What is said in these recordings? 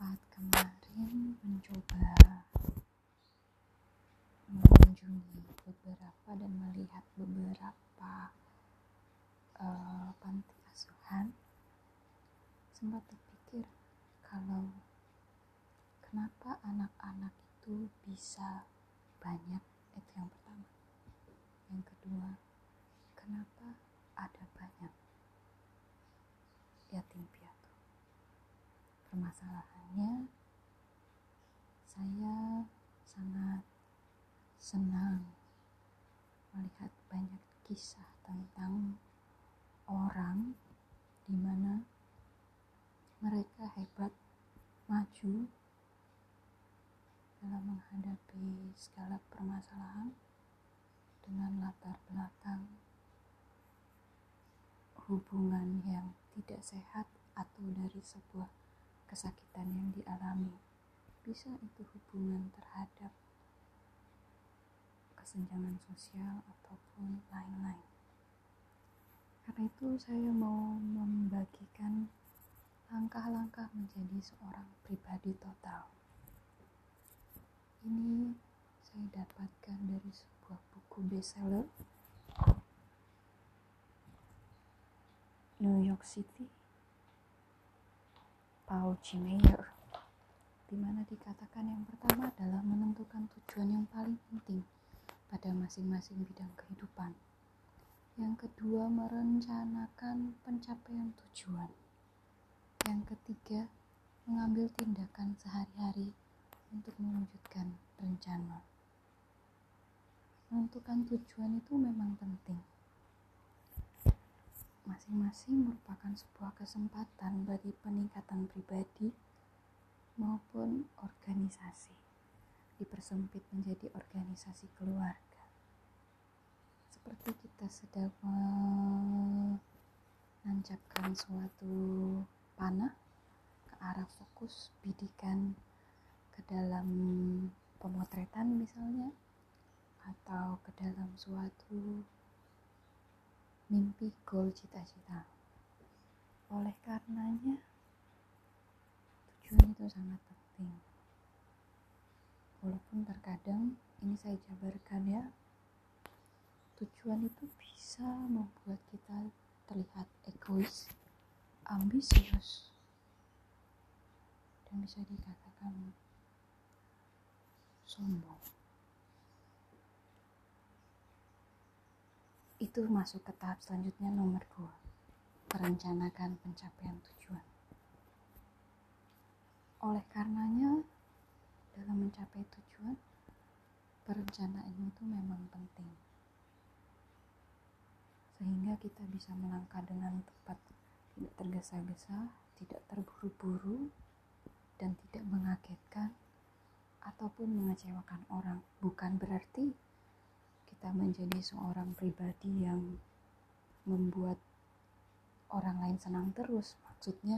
Jumat kemarin mencoba mengunjungi beberapa dan melihat beberapa panti asuhan, sempat terpikir kalau kenapa anak-anak itu bisa banyak, itu yang pertama. Yang kedua, kenapa ada banyak yatim piatu. Permasalahannya, saya sangat senang melihat banyak kisah tentang orang di mana mereka hebat, maju dalam menghadapi segala permasalahan dengan latar belakang hubungan yang tidak sehat atau dari sebuah kesakitan yang dialami. Bisa itu hubungan terhadap kesenjangan sosial ataupun lain-lain. Karena itu saya mau membagikan langkah-langkah menjadi seorang pribadi total. Ini saya dapatkan dari sebuah buku bestseller New York City, Paul G. Meyer, di mana dikatakan yang pertama adalah menentukan tujuan yang paling penting pada masing-masing bidang kehidupan. Yang kedua, merencanakan pencapaian tujuan. Yang ketiga, mengambil tindakan sehari-hari untuk mewujudkan rencana. Menentukan tujuan itu memang penting. Masing-masing merupakan sebuah kesempatan bagi peningkatan pribadi maupun organisasi. Dipersempit menjadi organisasi keluarga. Seperti kita sedang menancapkan suatu panah ke arah fokus bidikan ke dalam pemotretan misalnya, atau ke dalam suatu mimpi, goal, cita-cita. Oleh karenanya tujuan itu sangat penting. Walaupun terkadang ini saya jabarkan ya, tujuan itu bisa membuat kita terlihat egois, ambisius, dan bisa dikatakan sombong. Itu masuk ke tahap selanjutnya, nomor 2, merencanakan pencapaian tujuan. Oleh karenanya, dalam mencapai tujuan, perencanaan itu memang penting. Sehingga kita bisa melangkah dengan tepat, tidak tergesa-gesa, tidak terburu-buru, dan tidak mengagetkan ataupun mengecewakan orang. Bukan berarti kita menjadi seorang pribadi yang membuat orang lain senang terus. Maksudnya,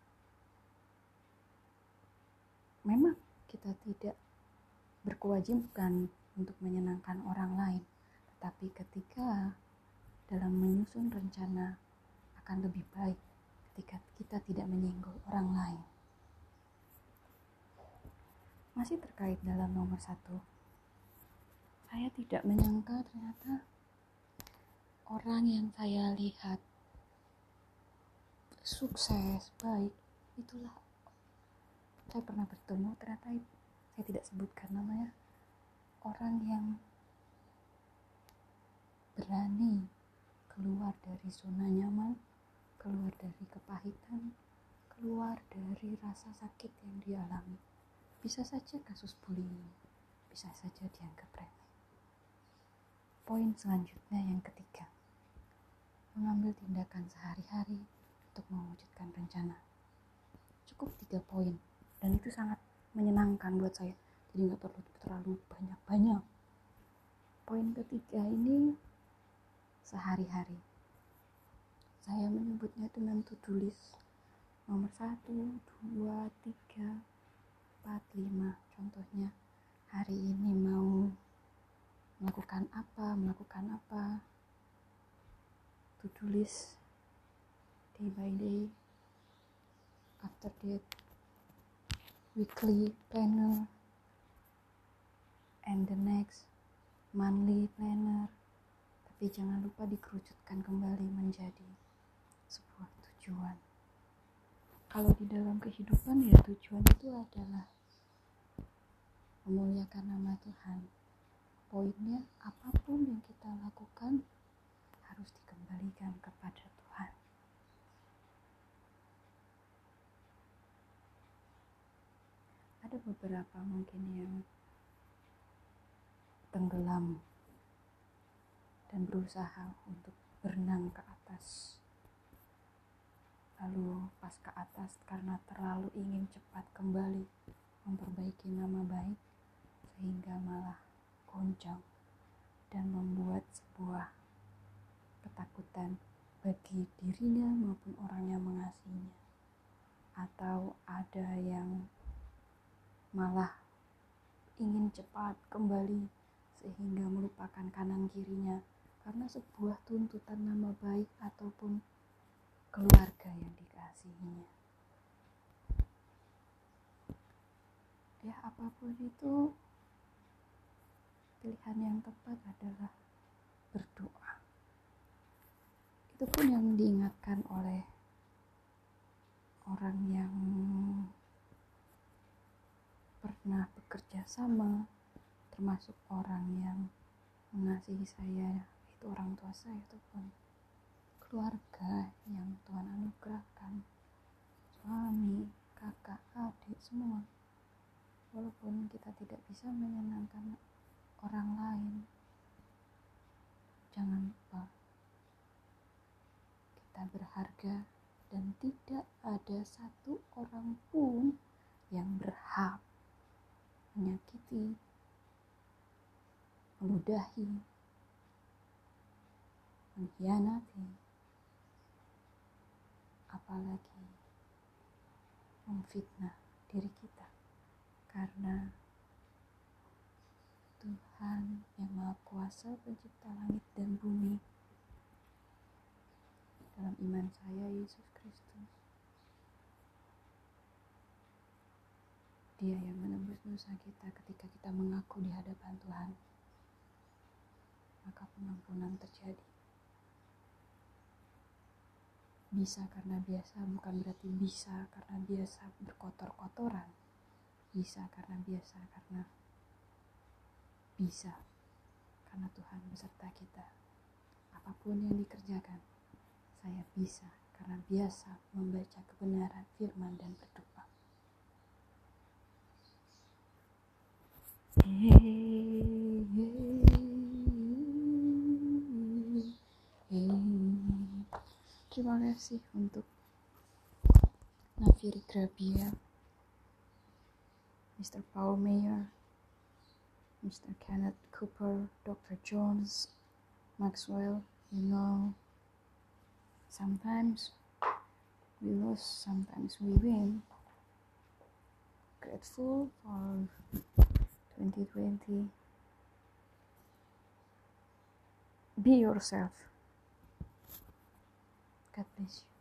memang kita tidak berkewajiban untuk menyenangkan orang lain, tetapi ketika dalam menyusun rencana akan lebih baik ketika kita tidak menyinggung orang lain. Masih terkait dalam nomor 1, saya tidak menyangka ternyata orang yang saya lihat sukses, baik, itulah saya pernah bertemu, ternyata saya tidak sebutkan namanya, orang yang berani keluar dari zona nyaman, keluar dari kepahitan, keluar dari rasa sakit yang dialami. Bisa saja kasus bullying, bisa saja dianggap remeh. Poin selanjutnya yang ketiga, mengambil tindakan sehari-hari untuk mewujudkan rencana. Cukup 3 poin, dan itu sangat menyenangkan buat saya, jadi gak perlu terlalu banyak-banyak. Poin ketiga ini sehari-hari. Saya menyebutnya dengan to-do list. Nomor 1, 2, 3, 4, 5. Contohnya, hari ini mau melakukan apa. To-do list, day by day, after that, weekly planner and the next monthly planner, tapi jangan lupa dikerucutkan kembali menjadi sebuah tujuan. Kalau di dalam kehidupan ya tujuan itu adalah memuliakan nama Tuhan. Poinnya apapun yang kita lakukan harus dikembalikan kepada Tuhan. Ada beberapa mungkin yang tenggelam dan berusaha untuk berenang ke atas. Lalu pas ke atas karena terlalu ingin cepat kembali memperbaiki nama baik, sehingga malah goncang dan membuat sebuah ketakutan bagi dirinya maupun orang yang mengasihinya. Atau ada yang malah ingin cepat kembali sehingga melupakan kanan kirinya karena sebuah tuntutan nama baik ataupun keluarga yang dikasihinya. Ya, apapun itu, pilihan yang tepat adalah berdoa. Itu pun yang diingatkan oleh orang yang pernah bekerja sama, termasuk orang yang mengasihi saya, itu orang tua saya ataupun keluarga yang Tuhan anugerahkan, suami, kakak, adik, semua. Walaupun kita tidak bisa menyenangkan orang lain, jangan lupa kita berharga dan tidak ada satu orang pun yang berhak menyakiti, meludahi, mengkhianati, apalagi memfitnah diri kita, karena Tuhan yang Maha Kuasa, Pencipta langit dan bumi, dalam iman saya Yesus Kristus, Dia yang menebus dosa kita ketika kita mengaku di hadapan Tuhan, maka pengampunan terjadi. Bisa karena biasa bukan berarti bisa karena biasa berkotor-kotoran. Bisa karena biasa karena bisa karena Tuhan beserta kita. Apapun yang dikerjakan, saya bisa karena biasa membaca kebenaran firman dan berdoa. Terima kasih untuk Naviri Grabia, Mr. Paul Mayer, Mr. Kenneth Cooper, Dr. Jones, Maxwell. You know, sometimes we lose, sometimes we win. Grateful for 2020. Be yourself. God bless you.